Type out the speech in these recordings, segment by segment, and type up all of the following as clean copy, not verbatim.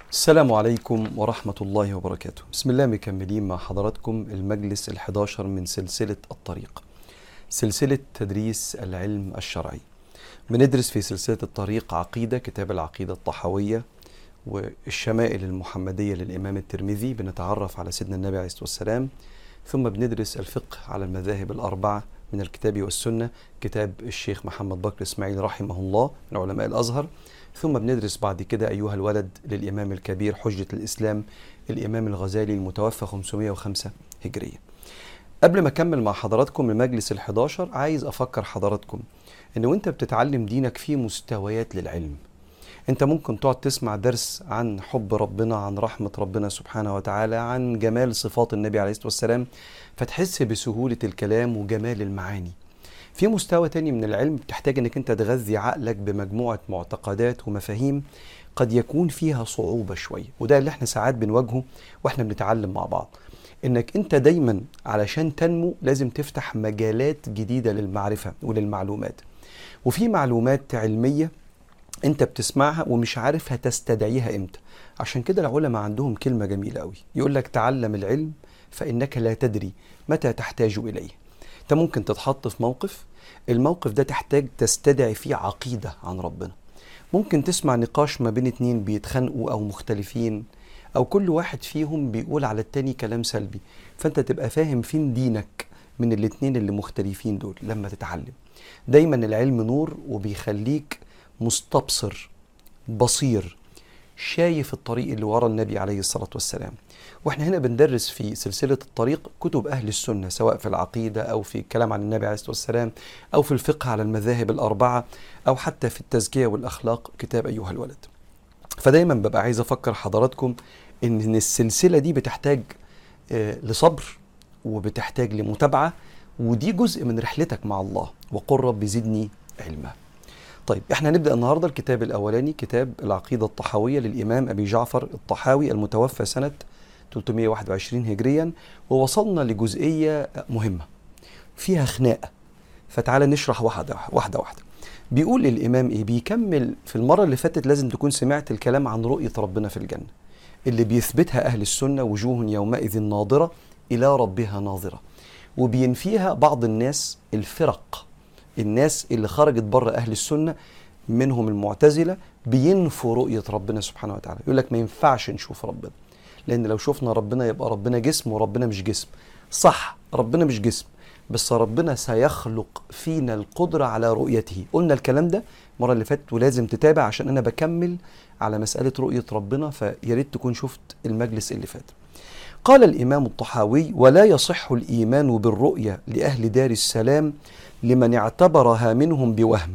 السلام عليكم ورحمة الله وبركاته. بسم الله، مكملين مع حضراتكم المجلس ال11 من سلسلة الطريق، سلسلة تدريس العلم الشرعي. بندرس في سلسلة الطريق عقيدة، كتاب العقيدة الطحاوية والشمائل المحمدية للإمام الترمذي، بنتعرف على سيدنا النبي عليه الصلاة والسلام، ثم بندرس الفقه على المذاهب الأربعة من الكتاب والسنة، كتاب الشيخ محمد بكر إسماعيل رحمه الله من علماء الأزهر، ثم بندرس بعد كده أيها الولد للإمام الكبير حجة الإسلام الإمام الغزالي المتوفى 505 هجرية. قبل ما أكمل مع حضراتكم المجلس ال11، عايز أفكر حضراتكم إن وإنت بتتعلم دينك في مستويات للعلم. أنت ممكن تقعد تسمع درس عن حب ربنا، عن رحمة ربنا سبحانه وتعالى، عن جمال صفات النبي عليه الصلاة والسلام، فتحس بسهولة الكلام وجمال المعاني. في مستوى تاني من العلم بتحتاج انك انت تغذي عقلك بمجموعة معتقدات ومفاهيم قد يكون فيها صعوبة شوية، وده اللي احنا ساعات بنواجهه واحنا بنتعلم مع بعض. انك انت دايما علشان تنمو لازم تفتح مجالات جديدة للمعرفة وللمعلومات، وفي معلومات علمية انت بتسمعها ومش عارف هتستدعيها امتى. عشان كده العلماء عندهم كلمة جميلة قوي، يقول لك تعلم العلم فإنك لا تدري متى تحتاج إليه. انت ممكن تتحط في الموقف ده تحتاج تستدعي فيه عقيدة عن ربنا. ممكن تسمع نقاش ما بين اتنين بيتخانقوا أو مختلفين، أو كل واحد فيهم بيقول على التاني كلام سلبي، فأنت تبقى فاهم فين دينك من الاتنين اللي مختلفين دول. لما تتعلم دايما العلم نور، وبيخليك مستبصر بصير، شايف الطريق اللي ورا النبي عليه الصلاة والسلام. واحنا هنا بندرس في سلسلة الطريق كتب أهل السنة، سواء في العقيدة أو في الكلام عن النبي عليه الصلاة والسلام، أو في الفقه على المذاهب الأربعة، أو حتى في التزكية والأخلاق كتاب أيها الولد. فدايما ببقى عايز أفكر حضراتكم إن السلسلة دي بتحتاج لصبر، وبتحتاج لمتابعة، ودي جزء من رحلتك مع الله. وقل رب زدني علما. طيب، احنا هنبدأ النهاردة الكتاب الأولاني، كتاب العقيدة الطحاوية للإمام أبي جعفر الطحاوي المتوفى سنة 321 هجريا. ووصلنا لجزئية مهمة فيها خناقة، فتعالى نشرح واحدة واحدة. بيقول الإمام بيكمل في المرة اللي فاتت. لازم تكون سمعت الكلام عن رؤية ربنا في الجنة اللي بيثبتها أهل السنة، وجوه يومئذ ناظرة إلى ربها ناظرة، وبينفيها بعض الناس الفرق، الناس اللي خرجت بره أهل السنة منهم المعتزلة، بينفوا رؤية ربنا سبحانه وتعالى. يقول لك ما ينفعش نشوف ربنا، لأن لو شفنا ربنا يبقى ربنا جسم، وربنا مش جسم. صح، ربنا مش جسم، بس ربنا سيخلق فينا القدرة على رؤيته. قلنا الكلام ده المرة اللي فاتت، ولازم تتابع عشان أنا بكمل على مسألة رؤية ربنا، فياريت تكون شفت المجلس اللي فات. قال الإمام الطحاوي: ولا يصح الإيمان بالرؤية لأهل دار السلام لمن اعتبرها منهم بوهم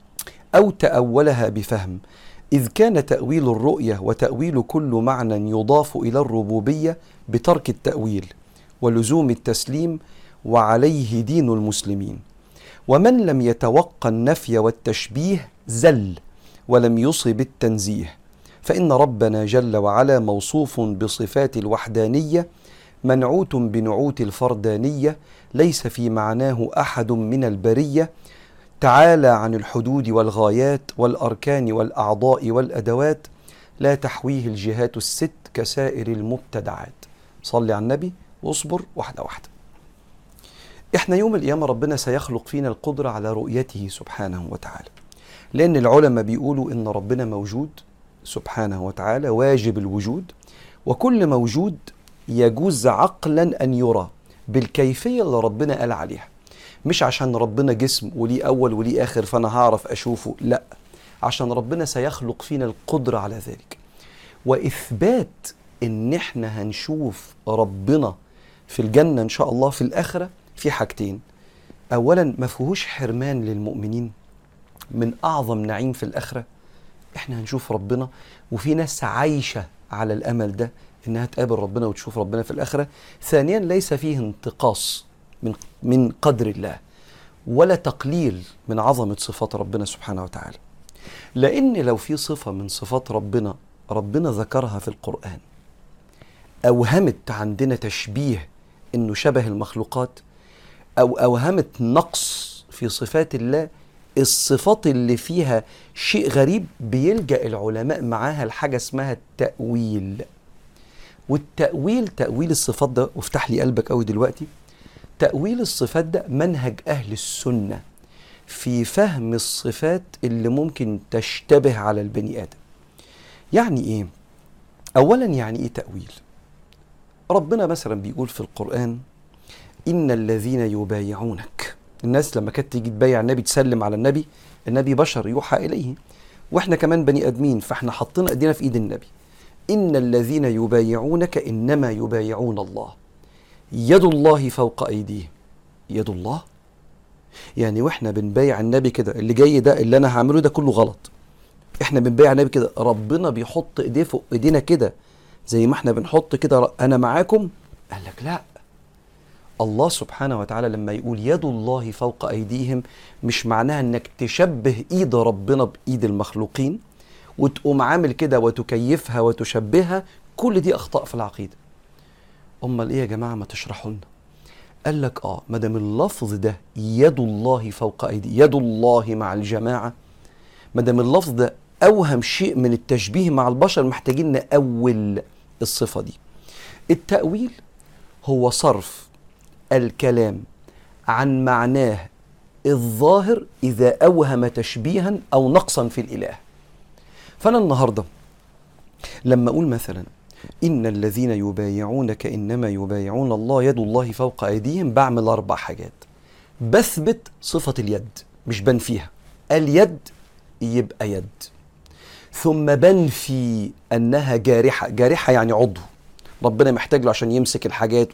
أو تأولها بفهم، إذ كان تأويل الرؤية وتأويل كل معنى يضاف إلى الربوبية بترك التأويل ولزوم التسليم، وعليه دين المسلمين. ومن لم يتوقع النفي والتشبيه زل ولم يصب التنزيه، فإن ربنا جل وعلا موصوف بصفات الوحدانية منعوت بنعوت الفردانية، ليس في معناه أحد من البرية، تعالى عن الحدود والغايات والأركان والأعضاء والأدوات، لا تحويه الجهات الست كسائر المبتدعات. صلي على النبي واصبر واحدة واحدة. احنا يوم القيامة ربنا سيخلق فينا القدرة على رؤيته سبحانه وتعالى، لأن العلماء بيقولوا إن ربنا موجود سبحانه وتعالى واجب الوجود، وكل موجود يجوز عقلا أن يرى بالكيفية اللي ربنا قال عليها. مش عشان ربنا جسم وليه أول وليه آخر فأنا هعرف أشوفه، لا، عشان ربنا سيخلق فينا القدرة على ذلك. وإثبات إن احنا هنشوف ربنا في الجنة إن شاء الله في الآخرة في حاجتين. أولا، ما فيهوش حرمان للمؤمنين من أعظم نعيم في الآخرة، احنا هنشوف ربنا، وفي ناس عايشة على الأمل ده إنها تقابل ربنا وتشوف ربنا في الآخرة. ثانيا، ليس فيه انتقاص من قدر الله، ولا تقليل من عظمة صفات ربنا سبحانه وتعالى. لأن لو في صفة من صفات ربنا ذكرها في القرآن أوهمت عندنا تشبيه إنه شبه المخلوقات، أو أوهمت نقص في صفات الله، الصفات اللي فيها شيء غريب بيلجأ العلماء معاها لحاجة اسمها التأويل. والتأويل، تأويل الصفات ده، وافتح لي قلبك قوي دلوقتي، تأويل الصفات ده منهج أهل السنة في فهم الصفات اللي ممكن تشتبه على البني آدم. يعني إيه؟ أولا يعني إيه تأويل؟ ربنا مثلا بيقول في القرآن: إن الذين يبايعونك. الناس لما كانت تيجي تبايع النبي، تسلم على النبي، النبي بشر يوحى إليه، وإحنا كمان بني آدمين، فإحنا حطينا إيدينا في إيد النبي. إن الذين يبايعونك إنما يبايعون الله، يد الله فوق أيديهم. يد الله؟ يعني وإحنا بنبايع النبي كده، اللي جاي ده اللي أنا هعمله ده كله غلط، إحنا بنبايع النبي كده، ربنا بيحط إيديه فوق إيدينا كده زي ما إحنا بنحط كده أنا معاكم؟ قال لك لا. الله سبحانه وتعالى لما يقول يد الله فوق أيديهم، مش معناها انك تشبه ايد ربنا بايد المخلوقين وتقوم عامل كده وتكيفها وتشبهها. كل دي اخطاء في العقيدة. امال ايه يا جماعة؟ ما تشرحوا لنا. قال لك ما دام اللفظ ده يد الله فوق أيدي، يد الله مع الجماعة، ما دام اللفظ ده اوهم شيء من التشبيه مع البشر، محتاجين نأول الصفة دي. التأويل هو صرف الكلام عن معناه الظاهر إذا أوهم تشبيها أو نقصا في الإله. فأنا النهاردة لما أقول مثلا إن الذين يبايعونك إنما يبايعون الله يد الله فوق أيديهم، بعمل 4 حاجات. بثبت صفة اليد، مش بنفيها. اليد يبقى يد. ثم بنفي أنها جارحة. جارحة يعني عضو ربنا محتاج له عشان يمسك الحاجات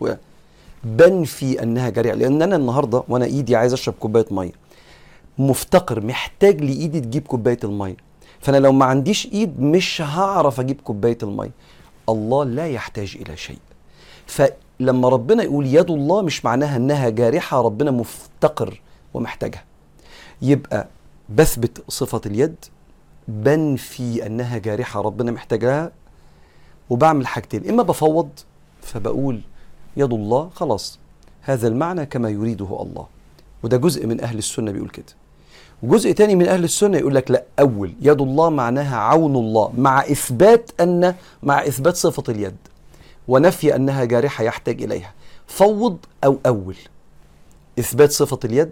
بنفي أنها جارحة. لأن أنا النهاردة وأنا إيدي عايز أشرب كوباية مية، مفتقر، محتاج لإيدي تجيب كوباية المية، فأنا لو ما عنديش إيد مش هعرف أجيب كوباية المية. الله لا يحتاج إلى شيء. فلما ربنا يقول يد الله مش معناها أنها جارحة، ربنا مفتقر ومحتاجها. يبقى بثبت صفة اليد، بنفي أنها جارحة ربنا محتاجها، وبعمل حاجتين: إما بفوض فبقول يد الله خلاص هذا المعنى كما يريده الله، وده جزء من أهل السنة بيقول كده. وجزء تاني من أهل السنة يقول لك لا، أول يد الله معناها عون الله، مع إثبات صفة اليد ونفي أنها جارحة يحتاج إليها. فوض أو أول، إثبات صفة اليد،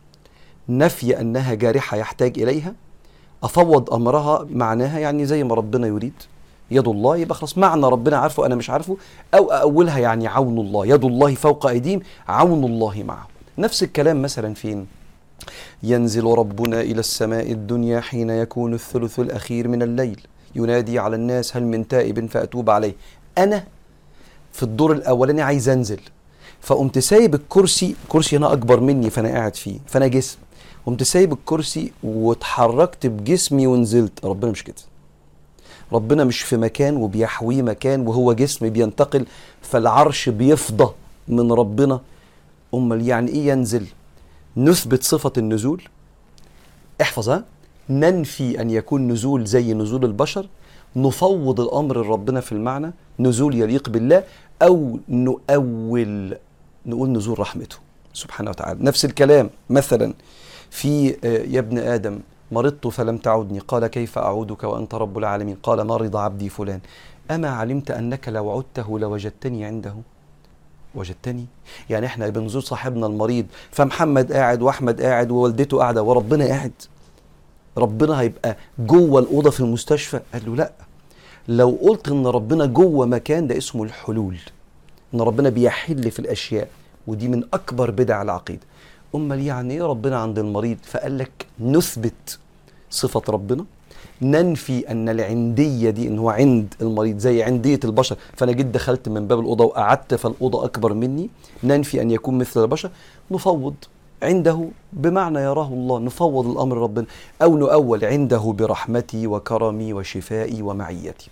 نفي أنها جارحة يحتاج إليها، أفوض أمرها معناها يعني زي ما ربنا يريد يد الله، يبقى خلاص معنى ربنا عارفه أنا مش عارفه. أو أولها يعني عون الله، يد الله فوق أيديهم، عون الله معه. نفس الكلام مثلا فين؟ ينزل ربنا إلى السماء الدنيا حين يكون الثلث الأخير من الليل، ينادي على الناس هل من تائب فأتوب عليه. أنا في الدور الأولاني عايز أنزل، فقمت سايب الكرسي، كرسي هنا أكبر مني فأنا قاعد فيه، فأنا جسم، قمت سايب الكرسي واتحركت بجسمي ونزلت. ربنا مش كده. ربنا مش في مكان وبيحويه مكان وهو جسم بينتقل، فالعرش بيفضى من ربنا. أمال يعني إيه ينزل؟ نثبت صفة النزول، احفظها، ننفي أن يكون نزول زي نزول البشر، نفوض الأمر لربنا في المعنى نزول يليق بالله، أو نؤول نقول نزول رحمته سبحانه وتعالى. نفس الكلام مثلا في يا ابن آدم مرضت فلم تعودني، قال كيف أعودك وأنت رب العالمين؟ قال مرض عبدي فلان، أما علمت أنك لو عدته لوجدتني عنده؟ وجدتني يعني احنا بنزور صاحبنا المريض، فمحمد قاعد واحمد قاعد ووالدته قاعده وربنا قاعد، ربنا هيبقى جوه الاوضه في المستشفى؟ قال له لا. لو قلت ان ربنا جوه مكان ده اسمه الحلول، ان ربنا بيحل في الاشياء، ودي من اكبر بدع العقيده. امال يعني ايه ربنا عند المريض؟ فقال لك نثبت صفه ربنا، ننفي ان العنديه دي ان هو عند المريض زي عنديه البشر، فانا جيت دخلت من باب الاوضه وقعدت فالاوضه اكبر مني، ننفي ان يكون مثل البشر. نفوض عنده بمعنى يراه الله، نفوض الامر ربنا، او نؤول عنده برحمتي وكرمي وشفائي ومعيتي.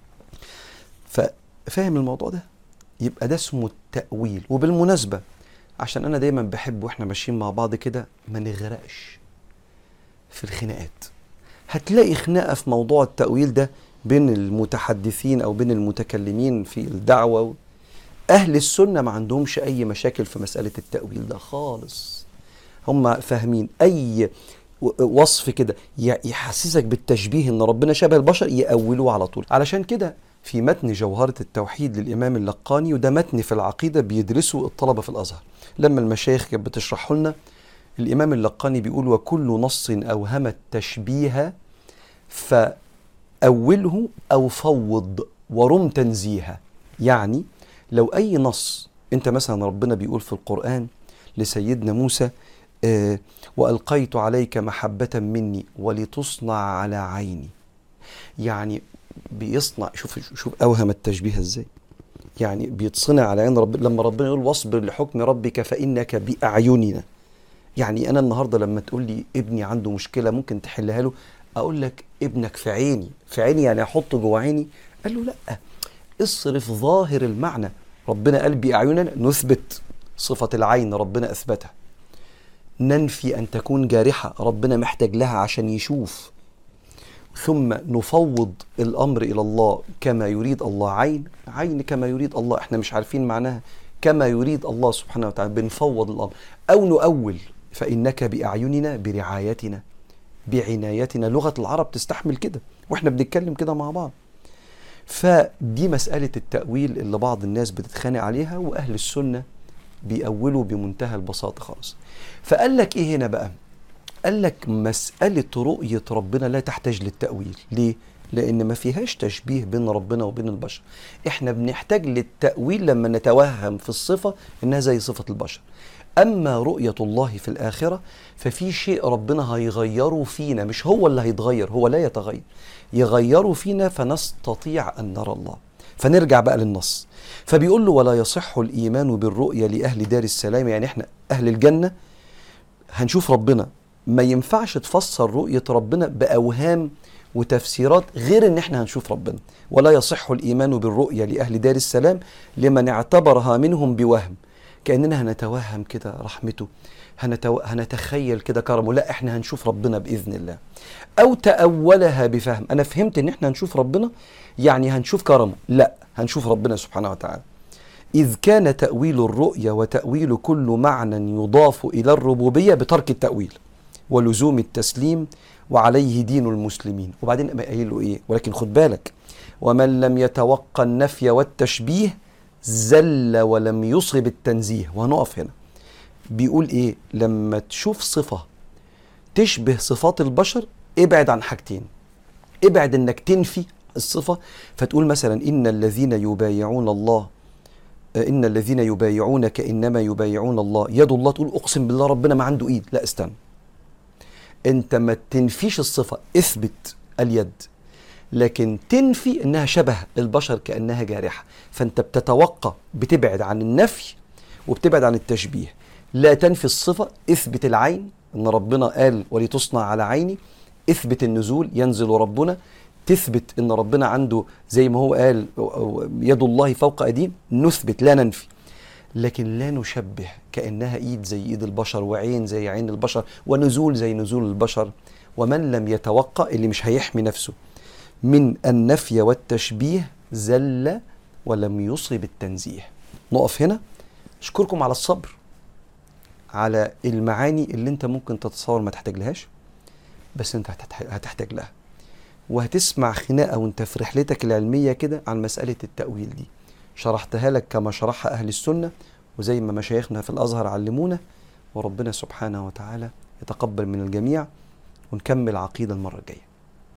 ففاهم الموضوع ده؟ يبقى ده اسمه التأويل. وبالمناسبة عشان انا دايما بحب واحنا ماشيين مع بعض كده ما نغرقش في الخناقات. هتلاقي خناقة في موضوع التأويل ده بين المتحدثين أو بين المتكلمين في الدعوة. أهل السنة ما عندهمش أي مشاكل في مسألة التأويل ده خالص. هم فاهمين وصف كده يحسسك بالتشبيه ان ربنا شبه البشر، يأولوه على طول. علشان كده في متن جوهرة التوحيد للإمام اللقاني، وده متن في العقيدة بيدرسه الطلبة في الأزهر، لما المشايخ كانت بتشرحه لنا، الإمام اللقاني بيقول: وكل نص أوهم التشبيه فأوله أو فوض ورم تنزيها. يعني لو أي نص، أنت مثلا ربنا بيقول في القرآن لسيدنا موسى: وألقيت عليك محبة مني ولتصنع على عيني. يعني بيصنع، شوف أوهم التشبيه إزاي، يعني بيتصنع على عين رب. لما ربنا يقول: واصبر لحكم ربك فإنك بأعيننا، يعني أنا النهاردة لما تقول لي ابني عنده مشكلة ممكن تحلها له، أقول لك ابنك في عيني. في عيني يعني أحطه جوه عيني؟ قال له لأ، اصرف ظاهر المعنى. ربنا قال بأعيننا، نثبت صفة العين ربنا أثبتها، ننفي أن تكون جارحة، ربنا محتاج لها عشان يشوف، ثم نفوض الأمر إلى الله كما يريد الله. عين كما يريد الله، احنا مش عارفين معناها، كما يريد الله سبحانه وتعالى بنفوض الأمر. أو نؤول: فإنك بأعيننا، برعايتنا، بعنايتنا. لغة العرب تستحمل كده، واحنا بنتكلم كده مع بعض. فدي مسألة التأويل اللي بعض الناس بتتخانق عليها، وأهل السنة بيأولوا بمنتهى البساطة خالص. فقال لك إيه هنا بقى؟ قال لك مسألة رؤية ربنا لا تحتاج للتأويل. ليه؟ لأن ما فيهاش تشبيه بين ربنا وبين البشر. إحنا بنحتاج للتأويل لما نتوهم في الصفة إنها زي صفة البشر. أما رؤية الله في الآخرة ففي شيء ربنا هيغيره فينا، مش هو اللي هيتغير، هو لا يتغير، يغيره فينا فنستطيع أن نرى الله. فنرجع بقى للنص، فبيقول له: ولا يصح الإيمان بالرؤية لأهل دار السلام. يعني إحنا أهل الجنة هنشوف ربنا، ما ينفعش تفسر رؤية ربنا بأوهام وتفسيرات غير ان احنا هنشوف ربنا. ولا يصح الإيمان بالرؤية لأهل دار السلام لمن اعتبرها منهم بوهم، كأننا هنتوهم كده رحمته، هنتخيل كده كرمه. لا، احنا هنشوف ربنا بإذن الله. أو تأولها بفهم، أنا فهمت ان احنا هنشوف ربنا يعني هنشوف كرمه. لا، هنشوف ربنا سبحانه وتعالى. إذ كان تأويل الرؤية وتأويل كل معنى يضاف إلى الربوبية بترك التأويل ولزوم التسليم، وعليه دين المسلمين. وبعدين قايل له ايه؟ ولكن خد بالك: ومن لم يتوقع النفي والتشبيه زل ولم يصب التنزيه. وهنقف هنا. بيقول ايه؟ لما تشوف صفة تشبه صفات البشر، ابعد عن حاجتين. ابعد انك تنفي الصفة، فتقول مثلا: إن الذين يبايعون الله، إن الذين يبايعونك إنما يبايعون الله يد الله. تقول: أقسم بالله ربنا ما عنده إيد. لا، استنى، انت ما تنفيش الصفة، اثبت اليد، لكن تنفي انها شبه البشر كأنها جارحة. فانت بتتوقع، بتبعد عن النفي وبتبعد عن التشبيه. لا تنفي الصفة، اثبت العين، ان ربنا قال ولتصنع على عيني. اثبت النزول، ينزل ربنا. تثبت ان ربنا عنده زي ما هو قال يد الله فوق ايديهم، نثبت لا ننفي. لكن لا نشبه كأنها إيد زي إيد البشر، وعين زي عين البشر، ونزول زي نزول البشر. ومن لم يتوقع، اللي مش هيحمي نفسه من النفي والتشبيه، زل ولم يصب التنزيه. نقف هنا. أشكركم على الصبر على المعاني اللي انت ممكن تتصور ما تحتاج لهاش، بس انت هتحتاج لها، وهتسمع خناقة وانت في رحلتك العلمية كده عن مسألة التأويل دي. شرحتها لك كما شرحها أهل السنة، وزي ما مشايخنا في الأزهر علمونا. وربنا سبحانه وتعالى يتقبل من الجميع، ونكمل عقيدة المرة الجاية.